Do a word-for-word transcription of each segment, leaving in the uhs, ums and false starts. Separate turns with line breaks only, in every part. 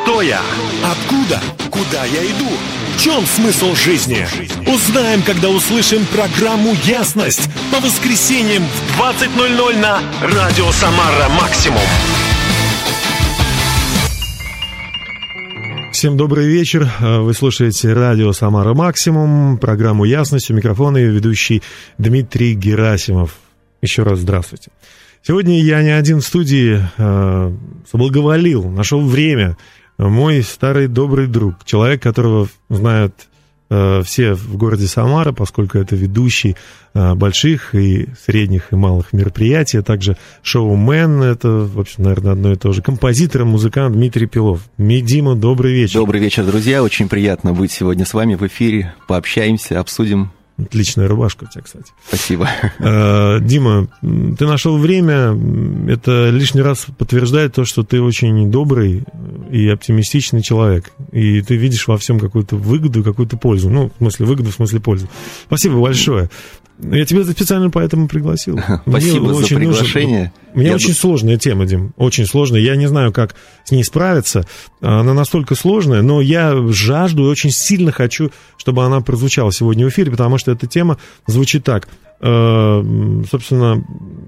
Кто я? Откуда? Куда я иду? В чем смысл жизни? Узнаем, когда услышим программу «Ясность» по воскресеньям в двадцать ноль ноль на Радио Самара Максимум.
Всем добрый вечер. Вы слушаете Радио Самара Максимум, программу «Ясность». У микрофона ее ведущий Дмитрий Герасимов. Еще раз здравствуйте. Сегодня я не один в студии, э, соблаговолил, нашел время. Мой старый добрый друг, человек, которого знают э, все в городе Самара, поскольку это ведущий э, больших и средних и малых мероприятий, а также шоумен, это, в общем, наверное, одно и то же, композитор и музыкант Дмитрий Пилов. Дима, добрый вечер.
Добрый вечер, друзья, очень приятно быть сегодня с вами в эфире, пообщаемся, обсудим. Отличная
рубашка у тебя, кстати.
Спасибо.
Дима, ты нашел время, это лишний раз подтверждает то, что ты очень добрый и оптимистичный человек, и ты видишь во всем какую-то выгоду, какую-то пользу, ну, в смысле выгоду, в смысле пользу. Спасибо большое. Я тебя специально поэтому пригласил.
Спасибо за приглашение.
Нужно... У меня я очень д... сложная тема, Дим, очень сложная. Я не знаю, как с ней справиться. Она настолько сложная, но я жажду и очень сильно хочу, чтобы она прозвучала сегодня в эфире, потому что эта тема звучит так. Собственно,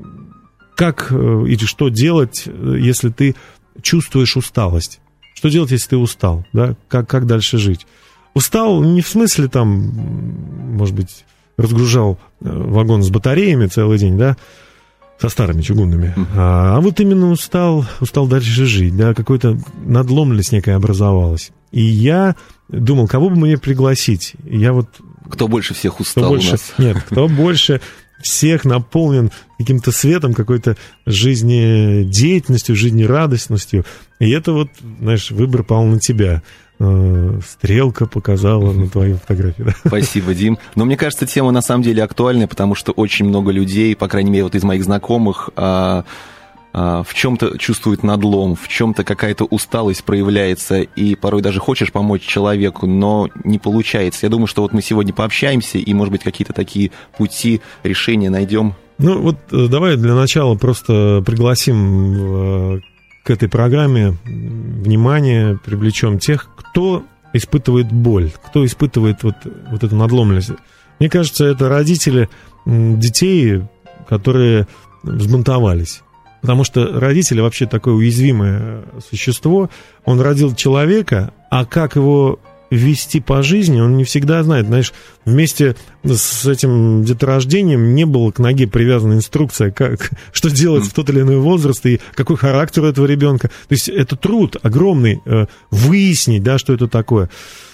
как или что делать, если ты чувствуешь усталость? Что делать, если ты устал? Да? Как, как дальше жить? Устал не в смысле там, может быть, разгружал вагон с батареями целый день, да, со старыми чугунными, а, а вот именно устал, устал дальше жить, да, какой-то надломленность некая образовалась. И я думал, кого бы мне пригласить. Я вот...
Кто больше всех устал кто
больше,
у нас?
Нет, кто больше всех наполнен каким-то светом, какой-то жизнедеятельностью, жизнерадостностью. И это вот, знаешь, выбор пал на тебя. Стрелка показала на твою фотографию. Да?
Спасибо, Дим. Но мне кажется, тема на самом деле актуальная, потому что очень много людей, по крайней мере, вот из моих знакомых, а, а, в чем-то чувствуют надлом, в чем-то какая-то усталость проявляется, и порой даже хочешь помочь человеку, но не получается. Я думаю, что вот мы сегодня пообщаемся, и, может быть, какие-то такие пути, решения найдем.
Ну вот давай для начала просто пригласим к этой программе внимание, привлечем тех, кто испытывает боль, кто испытывает вот, вот эту надломленность. Мне кажется, это родители детей, которые взбунтовались. Потому что родители вообще такое уязвимое существо. Он родил человека, а как его вести по жизни, он не всегда знает. Знаешь, вместе с этим деторождением не было к ноге привязана инструкция, как, что делать в тот или иной возраст и какой характер у этого ребенка. То есть это труд огромный, выяснить, да, что это такое.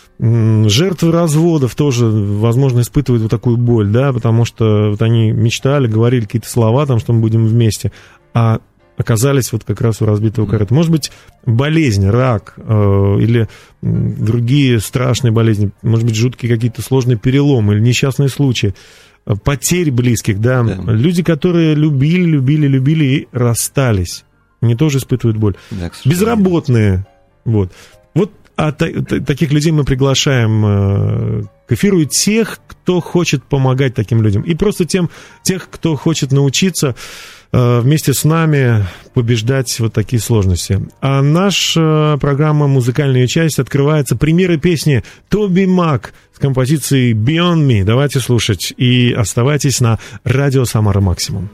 Жертвы разводов тоже, возможно, испытывают вот такую боль, да, потому что вот они мечтали, говорили какие-то слова, там, что мы будем вместе, а оказались вот как раз у разбитого корыта. Может быть, болезнь, рак э, или другие страшные болезни, может быть, жуткие какие-то сложные переломы или несчастные случаи, потерь близких, да. да. Люди, которые любили, любили, любили и расстались, они тоже испытывают боль. Да, безработные, вот. Вот а та, та, таких людей мы приглашаем э, к эфиру, и тех, кто хочет помогать таким людям, и просто тем, тех, кто хочет научиться вместе с нами побеждать вот такие сложности. А наша программа «Музыкальная часть» открывается премьерой песни Тоби Мак с композицией «Beyond Me». Давайте слушать и оставайтесь на Радио Самара Максимум.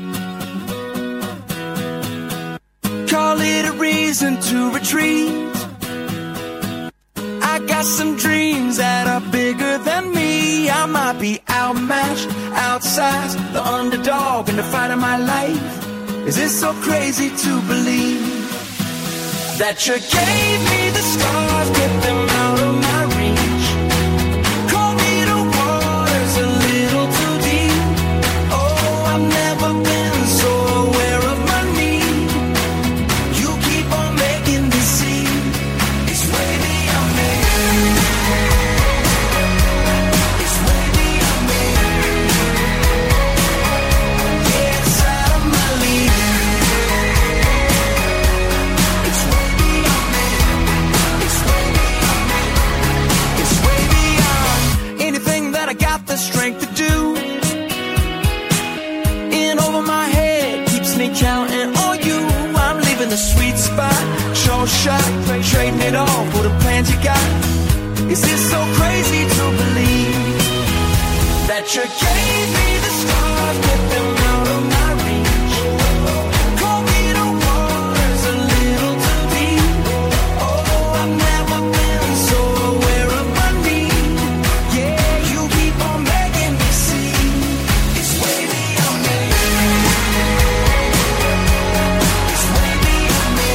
I got some dreams that are bigger than me. I might be outmatched, outsized, the underdog in the fight of my life. Is it so crazy to believe that you gave me the scars, get them out of my reach? Call me the waters a little too deep. Oh, I've never been so aware of my need. You keep on making me see it's way beyond me. It's way beyond me. Yeah, it's out of my league. It's way beyond me. It's way beyond me. like trading it all for the plans you got? Is it so crazy to believe that you gave me the stars, put them out of my reach? Call me the waters a little too deep. Oh, I've never been so aware of my need. Yeah, you keep on making me see it's way beyond me. It's way beyond me.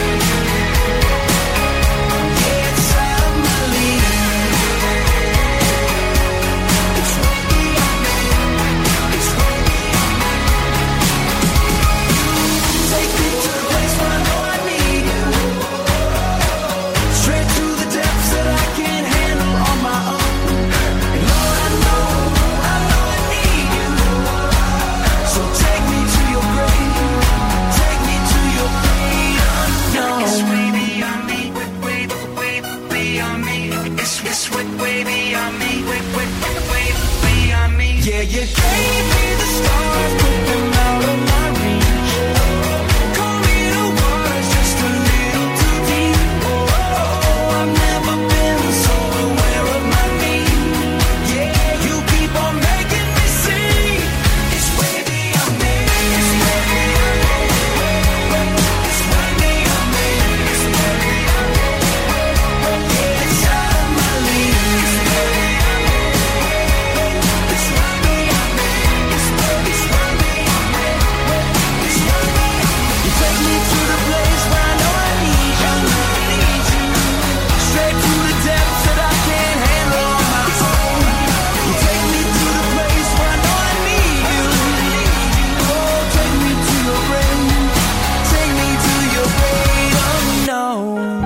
Yeah, it's out of my league. It's way beyond me. It's way beyond me. Take me to the place where I know I need you. Straight to the depths that I can't handle on my own. And Lord, I know, I know I need you. So take me to your grave. Take me to your great unknown. It's way beyond me. Way, way, way beyond me. It's, it's way, way beyond me. Way, way, way beyond me. Yeah, you gave me the stars, put them out of my reach. Call me the waters just a little too deep. Oh, I've never been so aware of my need. Yeah, you keep on making me see it's way beyond me. It's way beyond me. It's way beyond me. It's way beyond me. Yeah, it's out of my league. It's way beyond me. It's way beyond me. It's way, it's way beyond me. It's way beyond me. You take me to the place where I know I need you. I need you. Straight to the depths that I can't handle on my own. You take me to the place where I know I need you. Oh, take me to your grave. Take me to your great unknown.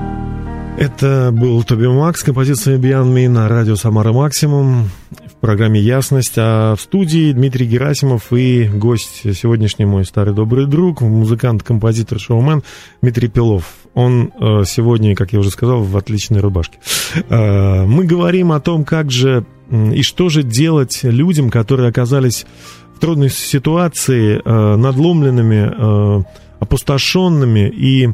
Это был Тоби Макс, композиция Beyond Me на радио Самара Максимум в программе «Ясность». А в студии Дмитрий Герасимов и гость сегодняшний мой старый добрый друг, музыкант, композитор, шоумен Дмитрий Пилов. Он э, сегодня, как я уже сказал, в отличной рубашке. Э, мы говорим о том, как же э, и что же делать людям, которые оказались в трудной ситуации, э, надломленными, э, опустошенными, и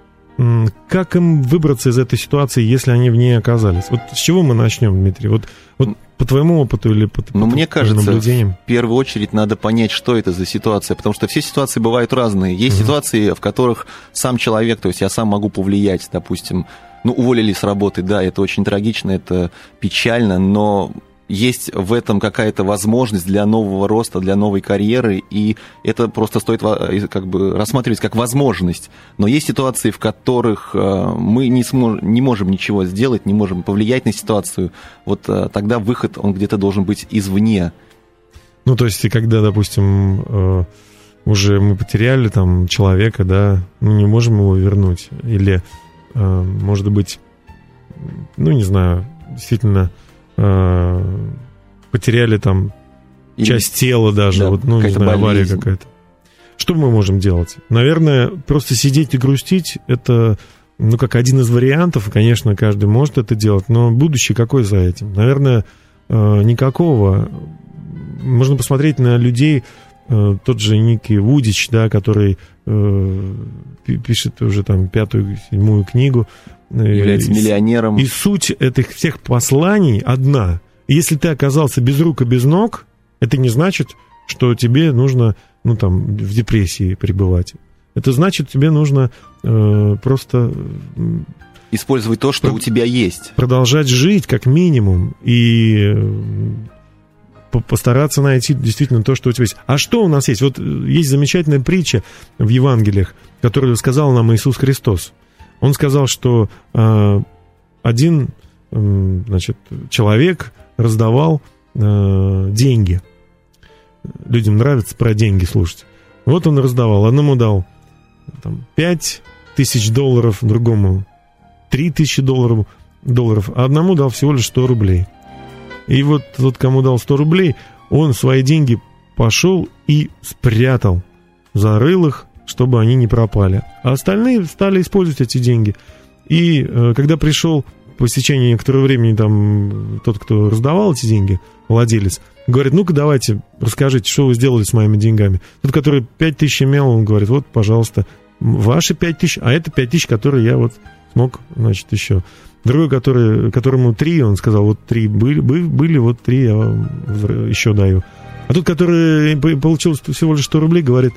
м, как им выбраться из этой ситуации, если они в ней оказались. Вот с чего мы начнем, Дмитрий? Вот, вот по твоему опыту или по,
Ну,
по
мне
твоим
кажется,
наблюдениям?
в первую очередь надо понять, что это за ситуация, потому что все ситуации бывают разные. Есть
Мгм.
ситуации, в которых сам человек, то есть я сам могу повлиять, допустим, ну, уволили с работы, да, это очень трагично, это печально, но есть в этом какая-то возможность для нового роста, для новой карьеры, и это просто стоит как бы рассматривать как возможность. Но есть ситуации, в которых мы не, смож- не можем ничего сделать, не можем повлиять на ситуацию. Вот тогда выход, он где-то должен быть извне.
Ну, то есть, и когда, допустим, э, уже мы потеряли там человека, да, мы не можем его вернуть. Или, э, может быть, ну, не знаю, действительно, э, потеряли там
Или-
часть тела даже,
да,
вот, ну, не
какая-то
знаю, авария
болезнь.
какая-то. Что мы можем делать? Наверное, просто сидеть и грустить, это, ну, как один из вариантов, конечно, каждый может это делать, но будущее какое за этим? Наверное, э, никакого. Можно посмотреть на людей, э, тот же Ники Вудич, да, который э, пи- пишет уже там пятую, седьмую книгу. э,
Является
и-
миллионером.
И суть этих всех посланий одна. И если ты оказался без рук и без ног, это не значит, что тебе нужно, ну, там, в депрессии пребывать. Это значит, тебе нужно э, просто м,
Использовать то, что
Про-
у тебя есть.
продолжать жить, как минимум, и э, по- постараться найти действительно то, что у тебя есть. А что у нас есть? Вот э, есть замечательная притча в Евангелиях, которую сказал нам Иисус Христос. Он сказал, что э, один э, значит, человек раздавал э, деньги. Людям нравится про деньги слушать. Вот он раздавал. Одному дал там, пять тысяч долларов, другому три тысячи долларов, долларов, а одному дал всего лишь сто рублей. И вот тот, кому дал сто рублей, он свои деньги пошел и спрятал, зарыл их, чтобы они не пропали. А остальные стали использовать эти деньги. И э, когда пришел по истечении некоторого времени там тот, кто раздавал эти деньги, владелец, говорит, ну-ка давайте, расскажите, что вы сделали с моими деньгами. Тот, который пять тысяч имел, он говорит, вот, пожалуйста, ваши пять тысяч, а это пять тысяч, которые я вот смог, значит, еще. Другой, который, которому три, он сказал, вот три были, были вот три я вам еще даю. А тот, который получил всего лишь сто рублей, говорит,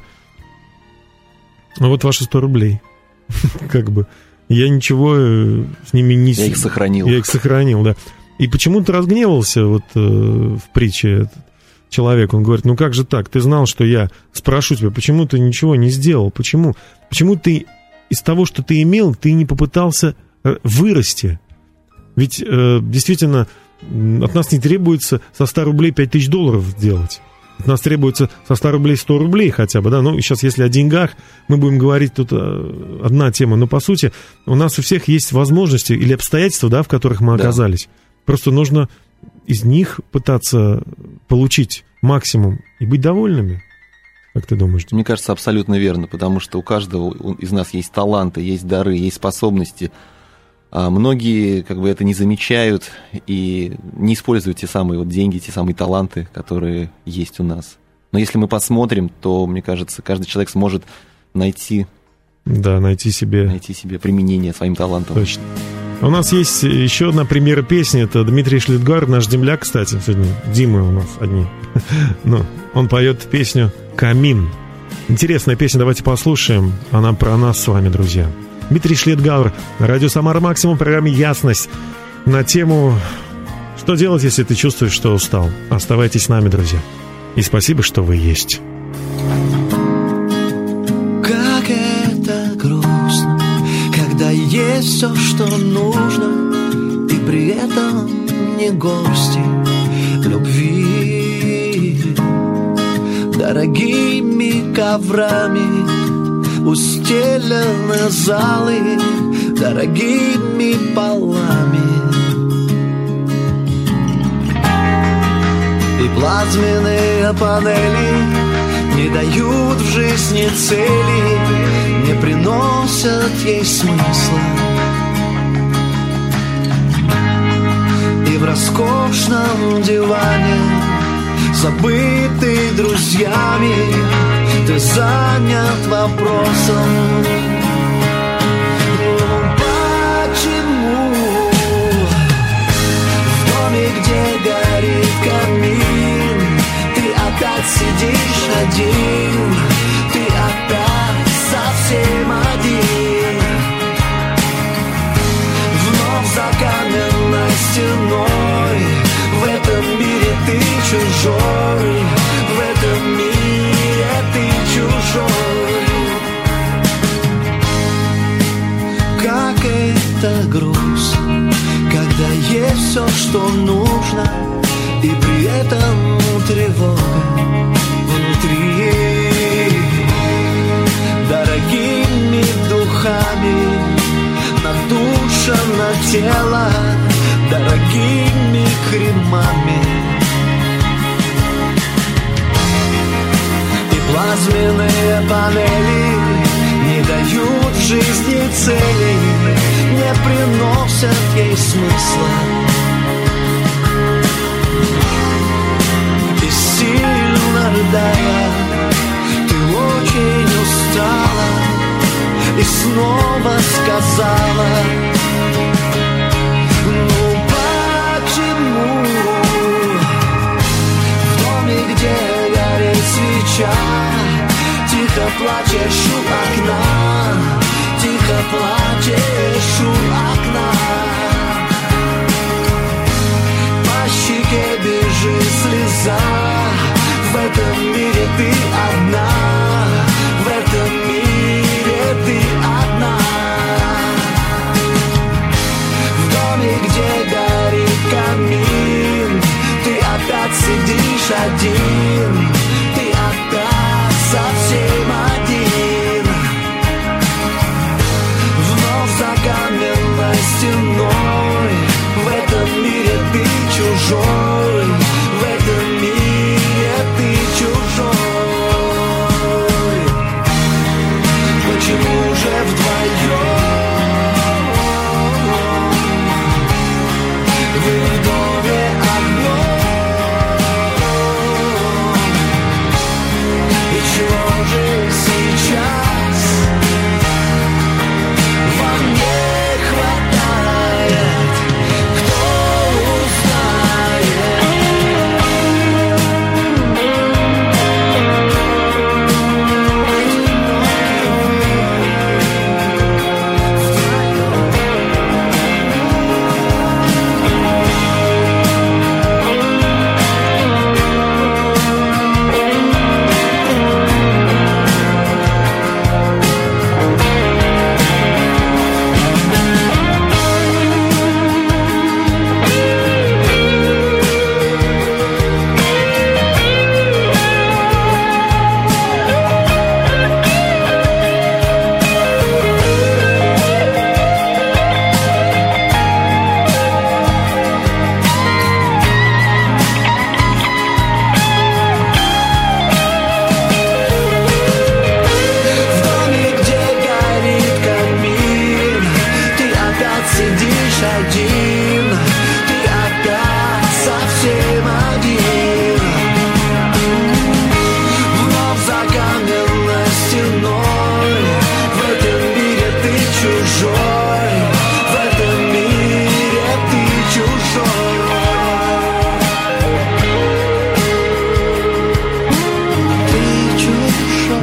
а вот ваши сто рублей. Как бы. Я ничего с ними не...
Я их сохранил.
Я их сохранил, да. И почему-то разгневался вот э, в притче этот человек. Он говорит, ну как же так? Ты знал, что я спрошу тебя, почему ты ничего не сделал? Почему? Почему ты из того, что ты имел, ты не попытался вырасти? Ведь э, действительно от нас не требуется со ста рублей пять тысяч долларов сделать. От нас требуется со ста рублей сто рублей хотя бы, да, ну, сейчас, если о деньгах, мы будем говорить, тут одна тема, но, по сути, у нас у всех есть возможности или обстоятельства, да, в которых мы оказались. Да. Просто нужно из них пытаться получить максимум и быть довольными. Как ты думаешь?
Мне кажется, абсолютно верно, потому что у каждого из нас есть таланты, есть дары, есть способности. А многие как бы это не замечают и не используют те самые вот деньги, те самые таланты, которые есть у нас. Но если мы посмотрим, то, мне кажется, каждый человек сможет найти,
да, найти себе...
найти себе применение своим талантам.
Точно. У нас есть еще одна премьера песни. Это Дмитрий Шлитгар, наш земляк, кстати, сегодня. Димы у нас одни. Ну, он поет песню «Камин». Интересная песня, давайте послушаем. Она про нас с вами, друзья. Дмитрий Шлитгауэр, радио «Самара Максимум», в программе «Ясность» на тему «Что делать, если ты чувствуешь, что устал?» Оставайтесь с нами, друзья. И спасибо, что вы есть.
Как это грустно, когда есть все, что нужно, и при этом не горсти любви. Дорогими коврами устелены залы дорогими полами, и плазменные панели не дают в жизни цели, не приносят ей смысла. И в роскошном диване, забытый друзьями, ты занят вопросом, почему в доме, где горит камин, ты опять сидишь один, ты опять совсем один. Вновь за каменной стеной, в этом мире ты чужой, в этом мире ты чужой. Как это грустно, когда есть все, что нужно, и при этом тревога внутри. Дорогими духами надушено тело, дорогими кремами. Плазменные панели не дают в жизни цели, не приносят ей смысла. И сильно рыдая, ты очень устала и снова сказала, ну почему в доме, где горит свеча, тихо плачешь у окна, тихо плачешь у окна. По щеке бежит слеза, в этом мире ты одна, в этом мире ты одна. В доме, где горит камин, ты опять сидишь один, ты опять совсем один.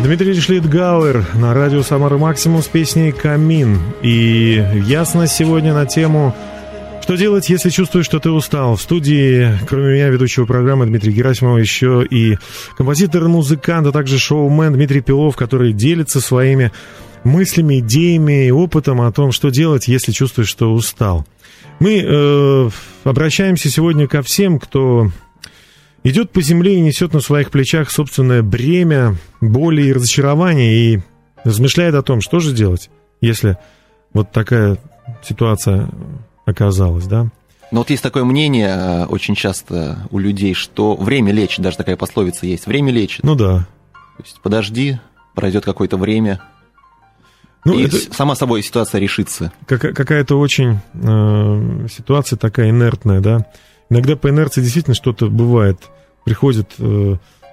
Дмитрий Шлитгауэр на радио «Самара Максимум» с песней «Камин». И ясно сегодня на тему «Что делать, если чувствуешь, что ты устал?» В студии, кроме меня, ведущего программы Дмитрия Герасимова, еще и композитор, музыкант, а также шоумен Дмитрий Пилов, который делится своими мыслями, идеями и опытом о том, что делать, если чувствуешь, что устал. Мы э, обращаемся сегодня ко всем, кто идет по земле и несет на своих плечах собственное бремя боли и разочарования, и размышляет о том, что же делать, если вот такая ситуация оказалась, да?
Но вот есть такое мнение очень часто у людей, что время лечит, даже такая пословица есть, время лечит.
Ну да.
То есть подожди, пройдет какое-то время, ну, и это сама собой ситуация решится.
Как, какая-то очень э, ситуация такая инертная, да? Иногда по инерции действительно что-то бывает. Приходят э,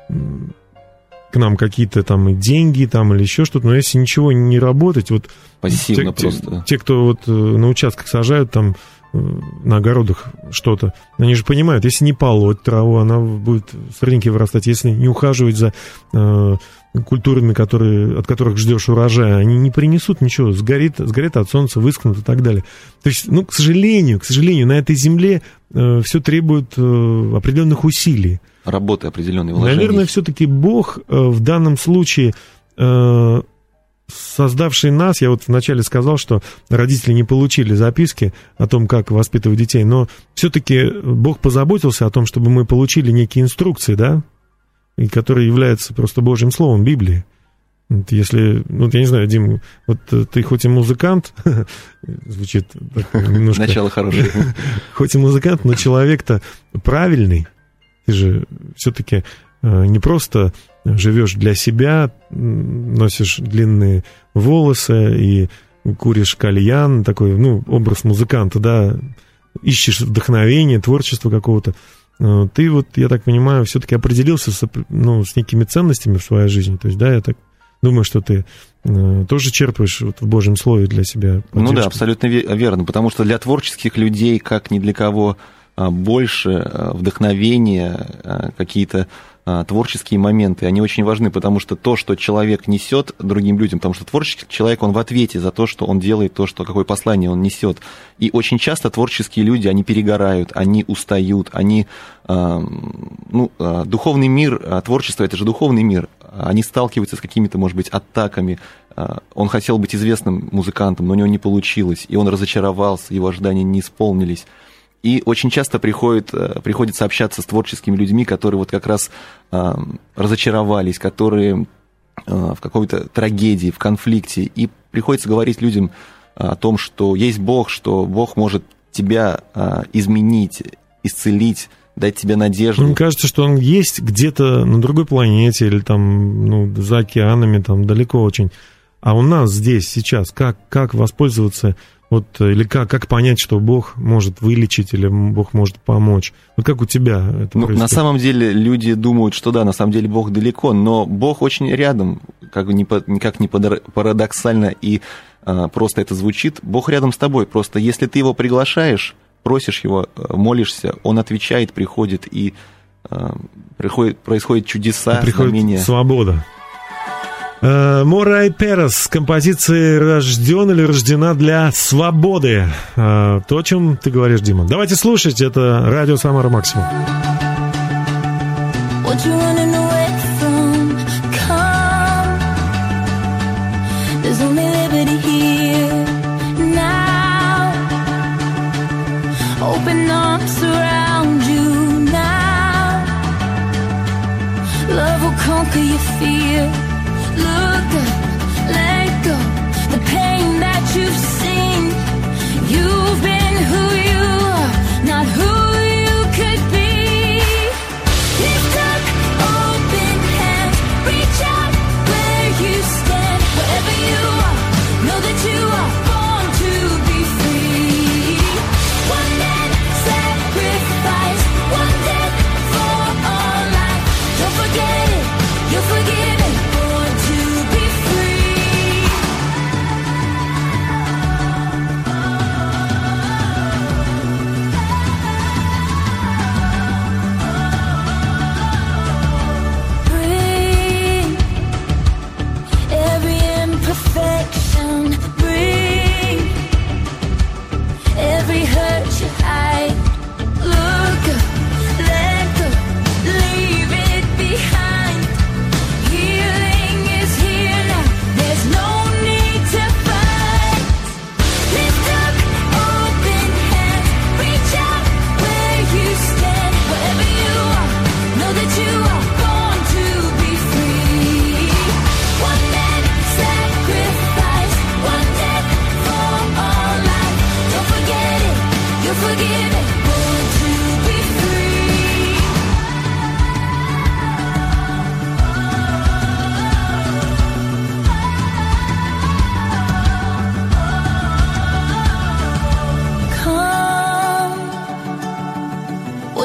к нам какие-то там деньги там, или еще что-то, но если ничего не работать, вот
пассивно
те,
просто.
Те, те, кто вот на участках сажают там на огородах что-то, они же понимают, если не полоть траву, она будет сорненькие вырастать, если не ухаживать за э, культурами, которые, от которых ждешь урожая, они не принесут ничего, сгорит, сгорит от солнца, выскнут и так далее. То есть, ну, к сожалению, к сожалению, на этой земле э, все требует э, определенных усилий.
Работы определенные, вложения.
Наверное, все-таки Бог э, в данном случае, э, создавший нас, я вот вначале сказал, что родители не получили записки о том, как воспитывать детей, но все-таки Бог позаботился о том, чтобы мы получили некие инструкции, да, и которые являются просто Божьим словом, Библии. Вот если, ну, я не знаю, Дим, вот ты хоть и музыкант, звучит немножко...
Начало хорошее.
Хоть и музыкант, но человек-то правильный. Ты же все-таки не просто живешь для себя, носишь длинные волосы и куришь кальян, такой, ну, образ музыканта, да, ищешь вдохновение, творчество какого-то. Ты вот, я так понимаю, все-таки определился с, ну, с некими ценностями в своей жизни. То есть, да, я так думаю, что ты э, тоже черпаешь вот в Божьем Слове для себя поддержку.
Ну да, абсолютно верно, потому что для творческих людей, как ни для кого, больше вдохновения, какие-то творческие моменты, они очень важны, потому что то, что человек несет другим людям, потому что творческий человек, он в ответе за то, что он делает, то, что, какое послание он несет. И очень часто творческие люди, они перегорают, они устают, они, ну, духовный мир, творчество – это же духовный мир, они сталкиваются с какими-то, может быть, атаками. Он хотел быть известным музыкантом, но у него не получилось, и он разочаровался, его ожидания не исполнились. И очень часто приходит, приходится общаться с творческими людьми, которые вот как раз э, разочаровались, которые э, в какой-то трагедии, в конфликте. И приходится говорить людям о том, что есть Бог, что Бог может тебя э, изменить, исцелить, дать тебе надежду.
Мне кажется, что он есть где-то на другой планете или там, ну, за океанами, там далеко очень. А у нас здесь, сейчас, как, как воспользоваться... Вот, или как, как понять, что Бог может вылечить или Бог может помочь? Вот как у тебя это
ну,
происходит?
На самом деле люди думают, что да, на самом деле Бог далеко, но Бог очень рядом, как ни, никак не парадоксально и а, просто это звучит. Бог рядом с тобой, просто если ты его приглашаешь, просишь его, молишься, он отвечает, приходит, и а, приходит, происходят чудеса,
приходит
знамения.
Свобода. Морай Перес с композицией «Рожден» или «Рождена для свободы». То, о чем ты говоришь, Дима. Давайте слушать. Это радио «Самара Максимум».
Look up, let go, the pain that you've seen. You've been who you are, not who you could be. Lift up open hands, reach out where you stand. Wherever you are, know that you are born to be free. One man sacrifice, one death for all life. Don't forget it, you're forgiven.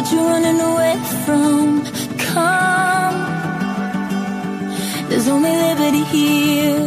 you're running away from. Come, there's only liberty here.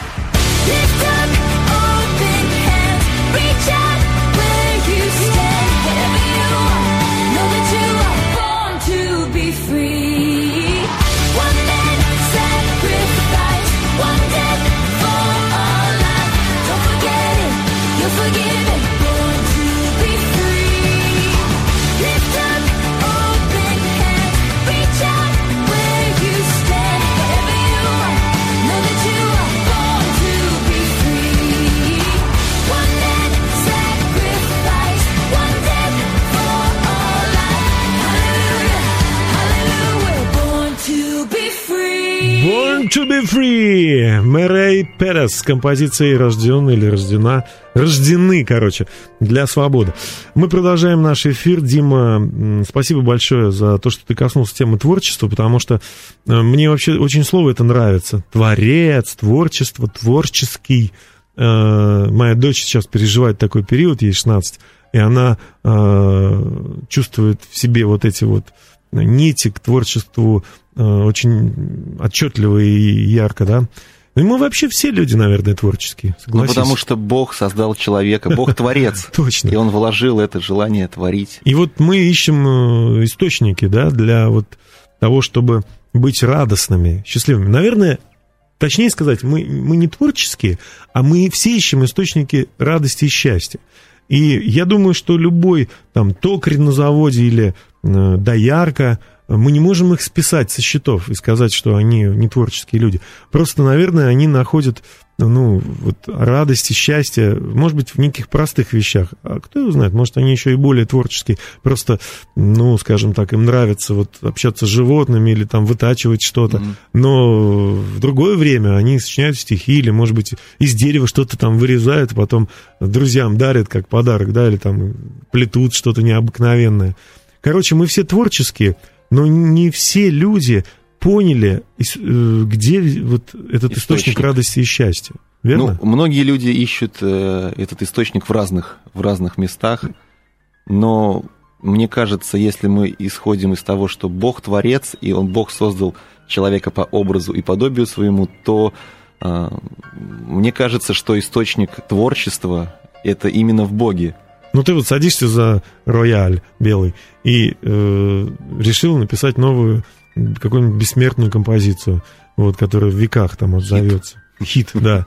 Lift up open hands, reach out where you stand. Wherever you are, know that you are born to be free. One man sacrifice, one death for all life. Don't forget it, you're forgiven. Born to be free. Lift up open hands, reach out where you stand. Wherever you are, know that you are born to be free. One man sacrifice, one death for all life. Hallelujah, hallelujah, born to be free.
Born to be free. Мэрэй Перес с композицией «Рожден» или «Рождена». Рождены, короче, для свободы. Мы продолжаем наш эфир. Дима, м, спасибо большое за то, что ты коснулся темы творчества, потому что э, мне вообще очень слово это нравится. Творец, творчество, творческий. Э, моя дочь сейчас переживает такой период, ей шестнадцать, и она э, чувствует в себе вот эти вот нити к творчеству э, очень отчетливо и ярко, да. Ну, и мы вообще все люди, наверное, творческие,
Ну,
согласись?
потому что Бог создал человека, Бог творец.
Точно.
И он вложил это желание творить.
И вот мы ищем э, источники, да, для вот того, чтобы быть радостными, счастливыми. Наверное, точнее сказать, мы, мы не творческие, а мы все ищем источники радости и счастья. И я думаю, что любой там токарь на заводе или э, доярка, мы не можем их списать со счетов и сказать, что они не творческие люди. Просто, наверное, они находят, ну, вот радость и счастье, может быть, в неких простых вещах. А кто его знает, может, они еще и более творческие. Просто, ну, скажем так, им нравится вот общаться с животными или там вытачивать что-то. Mm-hmm. Но в другое время они сочиняют стихи или, может быть, из дерева что-то там вырезают, а потом друзьям дарят как подарок, да, или там плетут что-то необыкновенное. Короче, мы все творческие, но не все люди поняли, где вот этот источник, источник радости и счастья. Верно?
Ну, многие люди ищут э, этот источник в разных, в разных местах, но мне кажется, если мы исходим из того, что Бог творец, и Он, Бог, создал человека по образу и подобию своему, то э, мне кажется, что источник творчества – это именно в Боге.
Ну, ты вот садишься за рояль белый и э, решил написать новую какую-нибудь бессмертную композицию, вот, которая в веках там отзовется. Хит, да.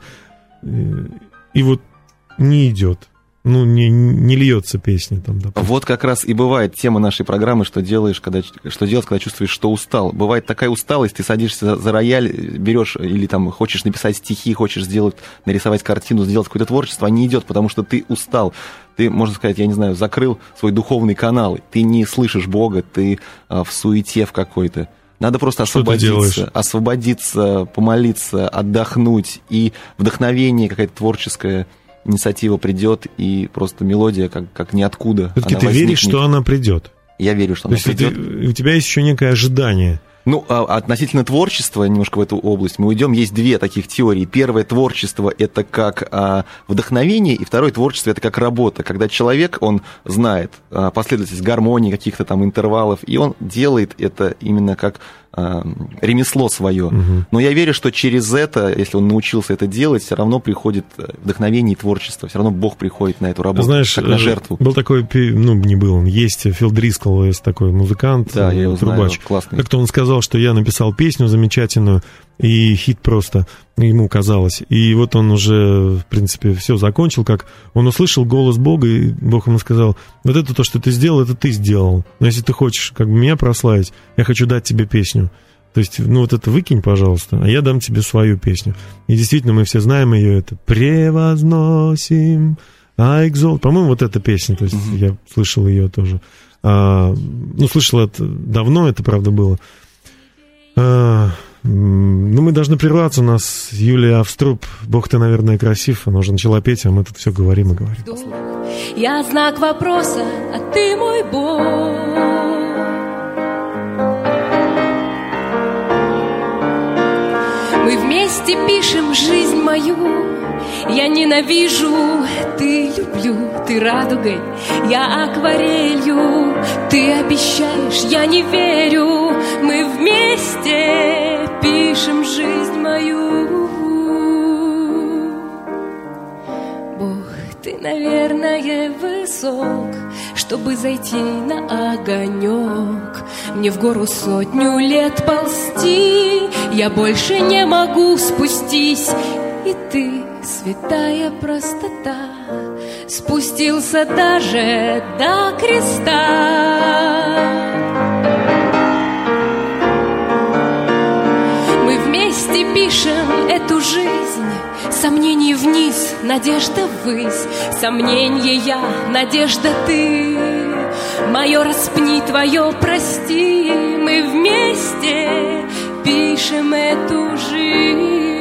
И вот не идет. Ну, не, не льется песня там, допустим.
Вот как раз и бывает тема нашей программы, что делаешь, когда, что делать, когда чувствуешь, что устал. Бывает такая усталость, ты садишься за, за рояль, берешь или там хочешь написать стихи, хочешь сделать, нарисовать картину, сделать какое-то творчество, а не идет, потому что ты устал. Ты, можно сказать, я не знаю, закрыл свой духовный канал, ты не слышишь Бога, ты а, в суете в какой-то. Надо просто освободиться, освободиться, помолиться, отдохнуть, и вдохновение, какая-то творческая инициатива придет, и просто мелодия как, как ниоткуда.
Все-таки ты веришь, что она придет?
Я верю, что
То
она придет.
Ты, у тебя есть еще некое ожидание.
Ну, а относительно творчества, немножко в эту область мы уйдем, есть две таких теории. Первое, творчество – это как а, вдохновение, и второе, творчество – это как работа. Когда человек, он знает а, последовательность гармонии, каких-то там интервалов, и он делает это именно как а, ремесло свое. Угу. Но я верю, что через это, если он научился это делать, все равно приходит вдохновение и творчество. Все равно Бог приходит на эту работу,
знаешь,
как на жертву.
Был такой, ну, не был он, есть Фил Дрискл, есть такой музыкант,
да, я его
трубач.
Знаю, классный.
Как-то он сказал, что я написал песню замечательную, и хит просто ему казалось. И вот он уже, в принципе, все закончил, как он услышал голос Бога, и Бог ему сказал: вот это то, что ты сделал, это ты сделал. Но если ты хочешь как бы меня прославить, я хочу дать тебе песню. То есть, ну вот это выкинь, пожалуйста, а я дам тебе свою песню. И действительно, мы все знаем ее, это «Превозносим, а экзолт». По-моему, вот эта песня, то есть mm-hmm. я слышал ее тоже. А, ну, слышал это давно, это правда было. А, ну, мы должны прерваться, у нас Юлия Авструб. Бог, ты, наверное, красив. Она уже начала петь, а мы тут все говорим и говорим.
Я знак вопроса, а ты мой Бог. Мы вместе пишем жизнь мою,
я ненавижу, ты люблю, ты радугой, я акварелью, ты обещаешь, я не верю, мы вместе пишем жизнь мою. Бог, ты, наверное, высок, чтобы зайти на огонек. Мне в гору сотню лет ползти, я больше не могу, спустись. И ты, святая простота, спустился даже до креста. Мы вместе пишем эту жизнь, сомнений вниз, надежда ввысь, сомненье я, надежда ты. Мое распни, твое прости, мы вместе пишем эту жизнь.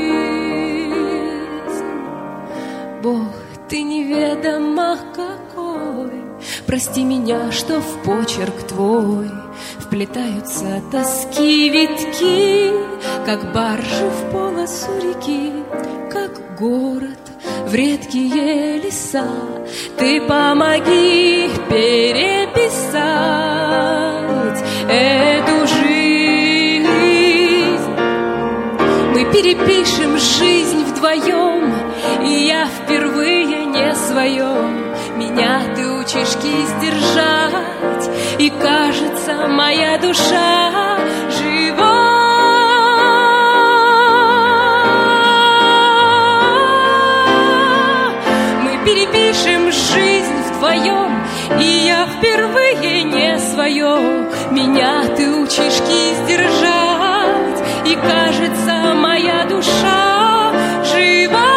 Бог, ты неведомо какой, прости меня, что в почерк твой вплетаются тоски витки, как баржи в полосу реки, как город в редкие леса. Ты помоги переписать эту жизнь. Мы перепишем жизнь вдвоем, и я впервые не своем. Меня ты учишь кисть держать, и кажется, моя душа жива. Перепишем жизнь вдвоем, и я впервые не свое. Меня ты учишь кисть держать, и кажется, моя душа жива.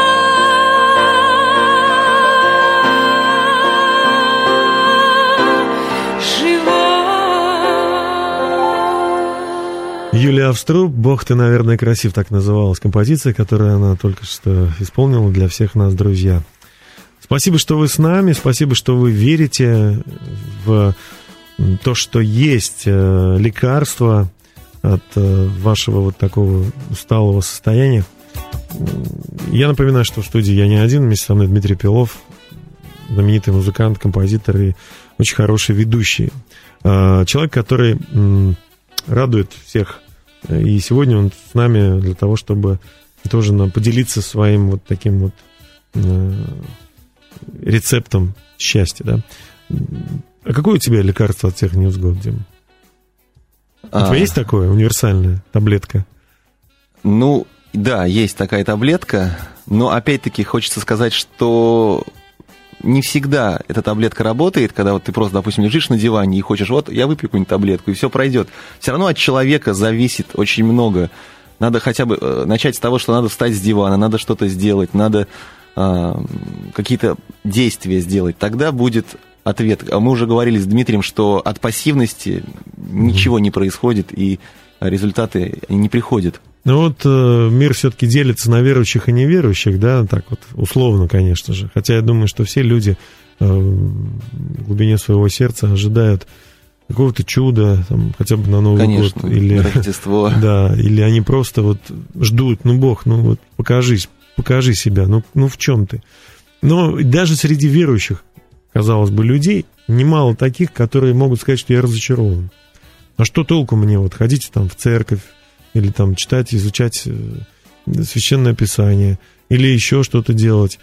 Жива.
Юлия Авструб, «Бог, ты, наверное, красив», так называлась композиция, которую она только что исполнила для всех нас, друзья. Спасибо, что вы с нами, спасибо, что вы верите в то, что есть лекарство от вашего вот такого усталого состояния. Я напоминаю, что в студии я не один, вместе со мной Дмитрий Пилов, знаменитый музыкант, композитор и очень хороший ведущий. Человек, который радует всех. И сегодня он с нами для того, чтобы тоже поделиться своим вот таким вот рецептом счастья, да? А какое у тебя лекарство от всех невзгод, Дим? А... У тебя есть такое, универсальная таблетка?
Ну, да, есть такая таблетка, но опять-таки хочется сказать, что не всегда эта таблетка работает, когда вот ты просто, допустим, лежишь на диване и хочешь, вот, я выпью какую-нибудь таблетку, и все пройдет. Все равно от человека зависит очень много. Надо хотя бы начать с того, что надо встать с дивана, надо что-то сделать, надо какие-то действия сделать, тогда будет ответ. А мы уже говорили с Дмитрием, что от пассивности ничего не происходит, и результаты не приходят.
Ну вот э, мир все-таки делится на верующих и неверующих, да, так вот условно, конечно же. Хотя я думаю, что все люди э, в глубине своего сердца ожидают какого-то чуда, там, хотя бы на Новый
конечно,
год. Или
Рождество.
Да, или они просто вот ждут, ну, Бог, ну вот покажись, покажи себя, ну, ну в чем ты? Но даже среди верующих, казалось бы, людей немало таких, которые могут сказать, что я разочарован. А что толку мне вот ходить там в церковь, или там читать, изучать Священное Писание, или еще что-то делать?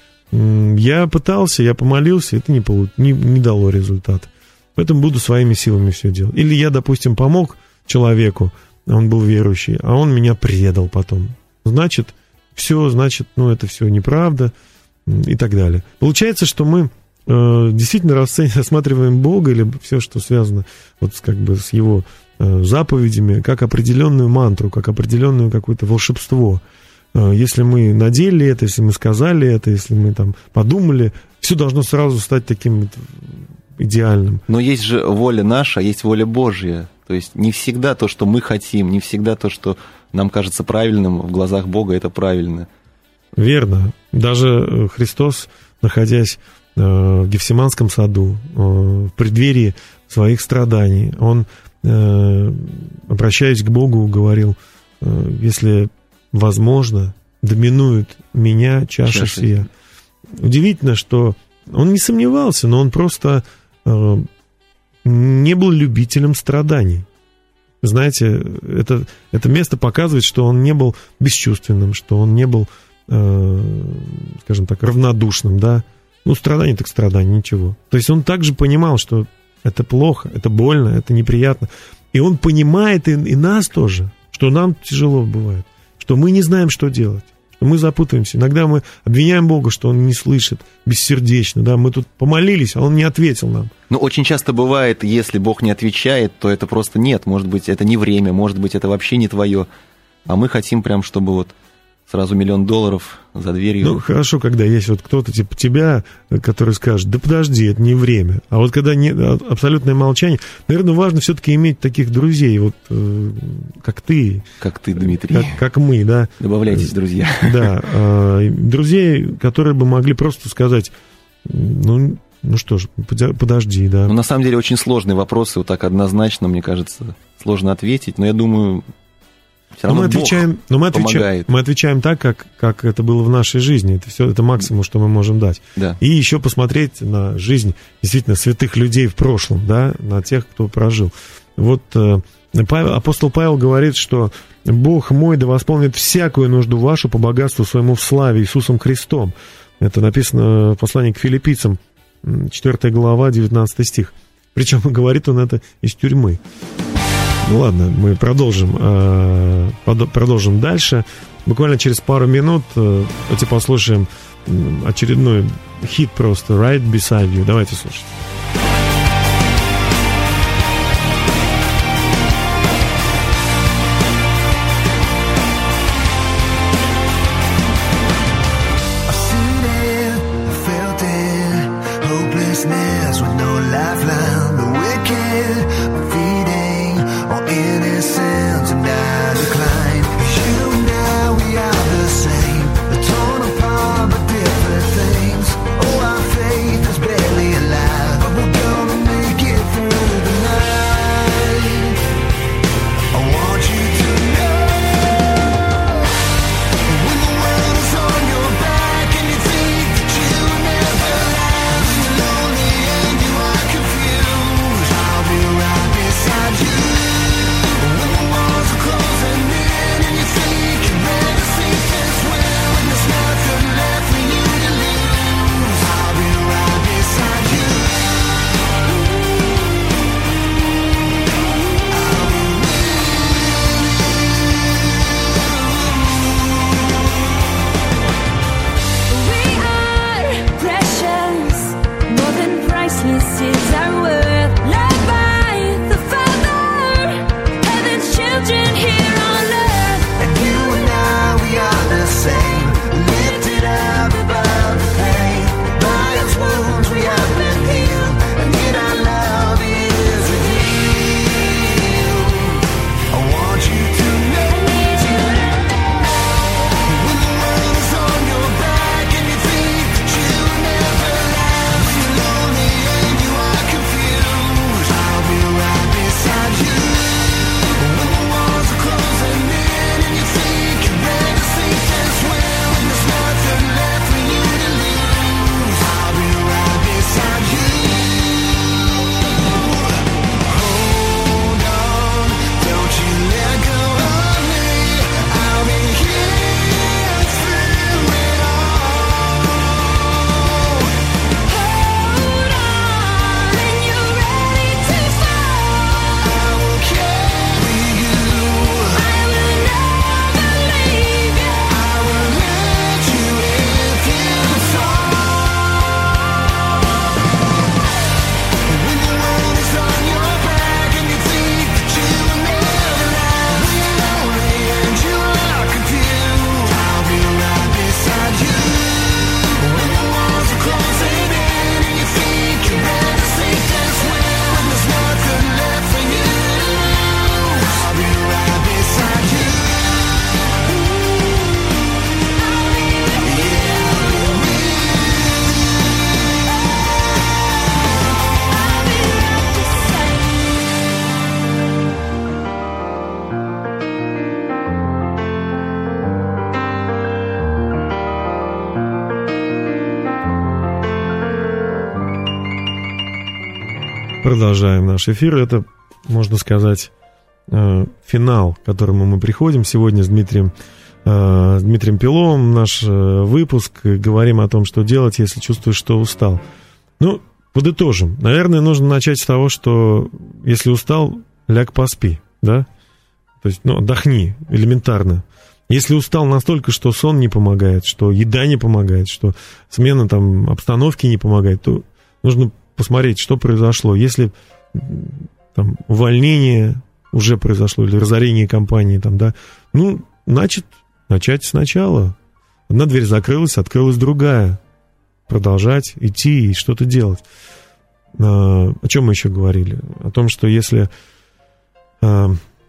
Я пытался, я помолился, это не, полу... не, не дало результата. Поэтому буду своими силами все делать. Или я, допустим, помог человеку, он был верующий, а он меня предал потом. Значит, все, значит, ну, это все неправда и так далее. Получается, что мы э, действительно расцениваем, рассматриваем Бога или все, что связано вот с, как бы, с его э, заповедями, как определенную мантру, как определенное какое-то волшебство. Э, если мы надели это, если мы сказали это, если мы там подумали, все должно сразу стать таким вот идеальным.
Но есть же воля наша, есть воля Божья. То есть не всегда то, что мы хотим, не всегда то, что нам кажется правильным, в глазах Бога это правильно.
Верно. Даже Христос, находясь в Гефсиманском саду, в преддверии своих страданий, он, обращаясь к Богу, говорил: если возможно, доминует меня чаша,
Чаша.
сия. Удивительно, что он не сомневался, но он просто э, не был любителем страданий. Знаете, это, это место показывает, что он не был бесчувственным, что он не был, э, скажем так, равнодушным, да. Ну, страдание так страдание, ничего. То есть он также понимал, что это плохо, это больно, это неприятно. И он понимает и, и нас тоже, что нам тяжело бывает, что мы не знаем, что делать, что мы запутаемся. Иногда мы обвиняем Бога, что Он не слышит, бессердечно, да, мы тут помолились, а Он не ответил нам.
Но очень часто бывает, если Бог не отвечает, то это просто нет, может быть, это не время, может быть, это вообще не твое, а мы хотим прям, чтобы вот сразу миллион долларов за дверью.
Ну, хорошо, когда есть вот кто-то типа тебя, который скажет, да подожди, это не время. А вот когда нет, абсолютное молчание, наверное, важно все-таки иметь таких друзей, вот э, как ты.
Как ты, Дмитрий.
Как, как мы, да.
Добавляйтесь, друзья.
Да, э, друзей, которые бы могли просто сказать, ну, ну что ж, подожди, да.
Ну, на самом деле, очень сложные вопросы, вот так однозначно, мне кажется, сложно ответить, но я думаю... Все равно
но мы отвечаем,
Бог
но мы отвечаем,
помогает.
мы отвечаем так, как, как это было в нашей жизни. Это все, это максимум, что мы можем дать.
Да.
И еще посмотреть на жизнь действительно святых людей в прошлом, да, на тех, кто прожил. Вот э, Павел, апостол Павел говорит, что Бог мой да восполнит всякую нужду вашу по богатству своему в славе Иисусом Христом. Это написано в послании к филиппийцам, четвёртая глава, девятнадцатый стих. Причем говорит он это из тюрьмы. Ну ладно, мы продолжим, э, продолжим дальше. Буквально через пару минут э, давайте послушаем очередной хит просто «Right Beside You». Давайте слушать. Продолжаем наш эфир. Это, можно сказать, финал, к которому мы приходим сегодня с Дмитрием, с Дмитрием Пиловым. Наш выпуск. Говорим о том, что делать, если чувствуешь, что устал. Ну, подытожим. Наверное, нужно начать с того, что если устал, ляг поспи, да? То есть, ну, отдохни, элементарно. Если устал настолько, что сон не помогает, что еда не помогает, что смена там обстановки не помогает, то нужно посмотреть, что произошло. Если там увольнение уже произошло или разорение компании, там, да, ну, значит, начать сначала. Одна дверь закрылась, открылась другая. Продолжать, идти и что-то делать. А, о чем мы еще говорили? О том, что если... А...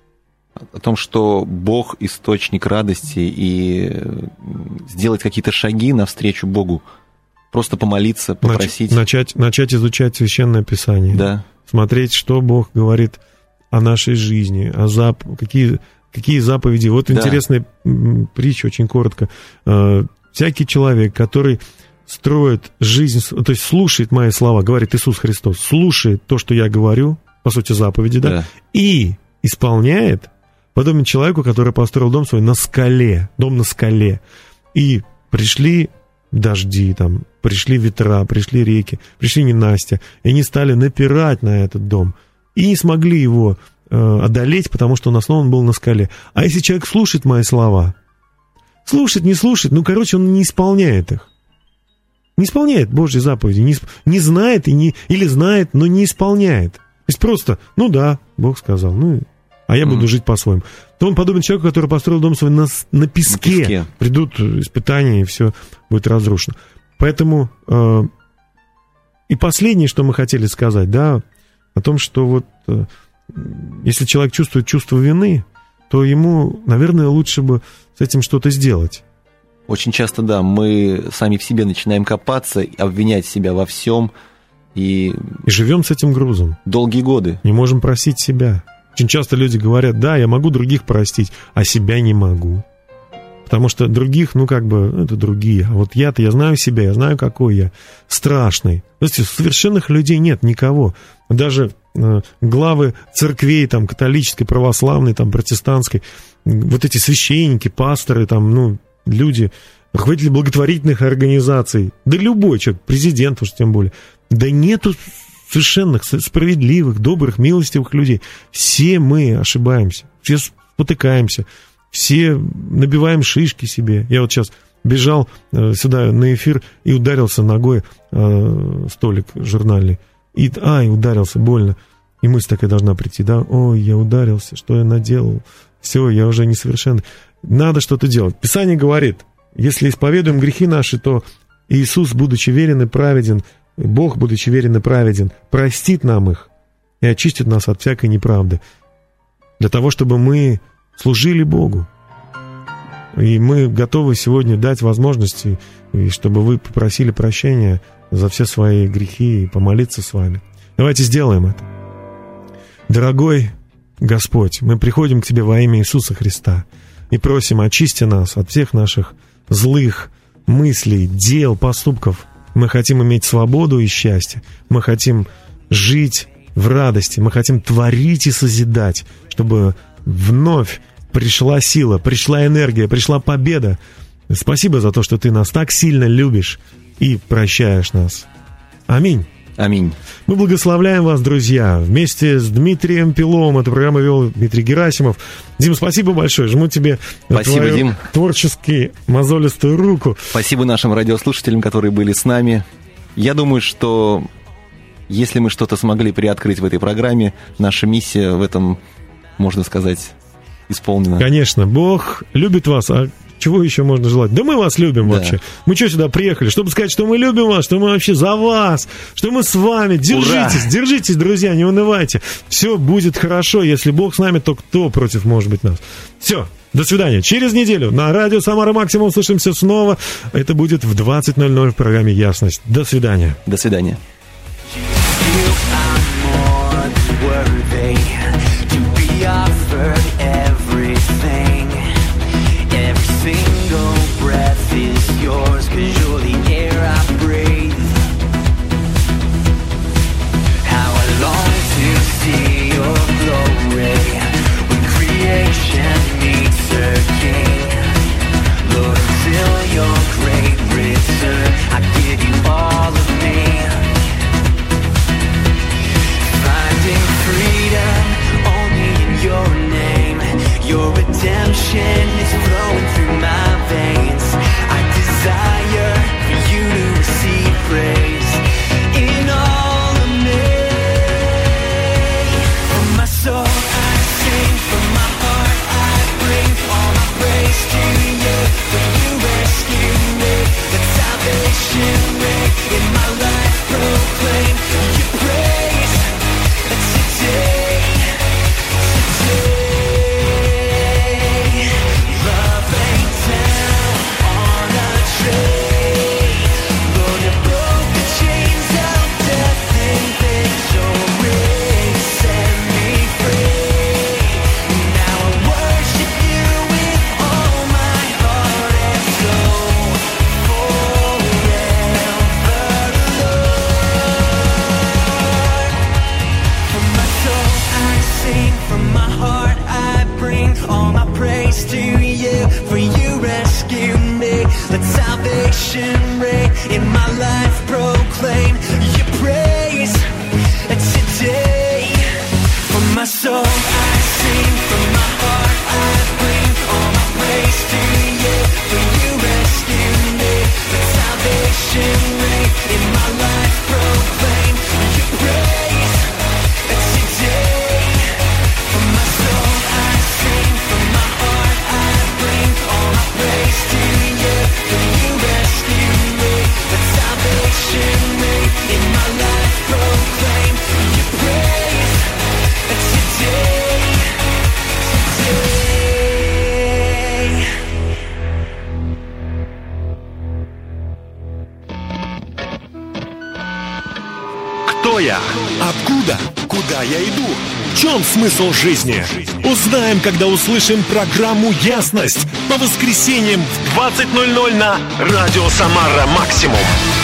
О том, что Бог — источник радости, и сделать какие-то шаги навстречу Богу. Просто помолиться, попросить.
Начать, начать изучать Священное Писание.
Да.
Смотреть, что Бог говорит о нашей жизни, о зап... какие, какие заповеди. Вот да. Интересная притча, очень коротко. Всякий человек, который строит жизнь, то есть слушает мои слова, говорит Иисус Христос, слушает то, что я говорю, по сути, заповеди, да, да. и исполняет, подобен человеку, который построил дом свой на скале, дом на скале. И пришли дожди, там, пришли ветра, пришли реки, пришли ненастья, и они стали напирать на этот дом. И не смогли его э, одолеть, потому что он основан был на скале. А если человек слушает мои слова, слушает, не слушает, ну, короче, он не исполняет их. Не исполняет Божьи заповеди, не, не знает и не, или знает, но не исполняет. То есть просто, ну да, Бог сказал, ну, а я mm. буду жить по-своему. То он подобен человеку, который построил дом свой на, на, песке. на песке. Придут испытания, и все будет разрушено. Поэтому э, и последнее, что мы хотели сказать, да, о том, что вот э, если человек чувствует чувство вины, то ему, наверное, лучше бы с этим что-то сделать.
Очень часто, да, мы сами в себе начинаем копаться, обвинять себя во всем. И,
и живем с этим грузом.
Долгие годы.
Не можем просить себя. Очень часто люди говорят, да, я могу других простить, а себя не могу. Потому что других, ну, как бы, это другие. А вот я-то, я знаю себя, я знаю, какой я. Страшный. Знаете, совершенных людей нет никого. Даже э, главы церквей, там, католической, православной, там, протестантской, вот эти священники, пасторы, там, ну, люди, руководители благотворительных организаций, да любой человек, президент уж тем более, да нету совершенных, справедливых, добрых, милостивых людей. Все мы ошибаемся, все спотыкаемся, все набиваем шишки себе. Я вот сейчас бежал э, сюда на эфир и ударился ногой э, столик журнальный. И, ай, ударился, больно. И мысль такая должна прийти, да, ой, я ударился, что я наделал? Все, я уже несовершенный. Надо что-то делать. Писание говорит, если исповедуем грехи наши, то Иисус, будучи верен и праведен, Бог, будучи верен и праведен, простит нам их и очистит нас от всякой неправды. Для того, чтобы мы служили Богу. И мы готовы сегодня дать возможности, и чтобы вы попросили прощения за все свои грехи и помолиться с вами. Давайте сделаем это. Дорогой Господь, мы приходим к Тебе во имя Иисуса Христа и просим, очисти нас от всех наших злых мыслей, дел, поступков. Мы хотим иметь свободу и счастье. Мы хотим жить в радости. Мы хотим творить и созидать, чтобы вновь пришла сила, пришла энергия, пришла победа. Спасибо за то, что Ты нас так сильно любишь и прощаешь нас. Аминь.
Аминь.
Мы благословляем вас, друзья. Вместе с Дмитрием Пиловым эту программу вел Дмитрий Герасимов. Дим, спасибо большое. Жму тебе
спасибо,
твою
Дим.
творчески мозолистую руку.
Спасибо нашим радиослушателям, которые были с нами. Я думаю, что если мы что-то смогли приоткрыть в этой программе, наша миссия в этом, можно сказать, исполнена.
Конечно. Бог любит вас, а чего еще можно желать? Да мы вас любим да. вообще. Мы что сюда приехали? Чтобы сказать, что мы любим вас, что мы вообще за вас, что мы с вами. Держитесь, Ура! держитесь, друзья, не унывайте. Все будет хорошо. Если Бог с нами, то кто против может быть нас? Все, до свидания. Через неделю на радио «Самара Максимум» услышимся снова. Это будет в двадцать ноль ноль в программе «Ясность». До свидания.
До свидания. Yours, 'cause you're the air I breathe. How long
Кто я? Откуда? Куда я иду? В чем смысл жизни? Узнаем, когда услышим программу «Ясность» по воскресеньям в двадцать ноль ноль на Радио Самара Максимум.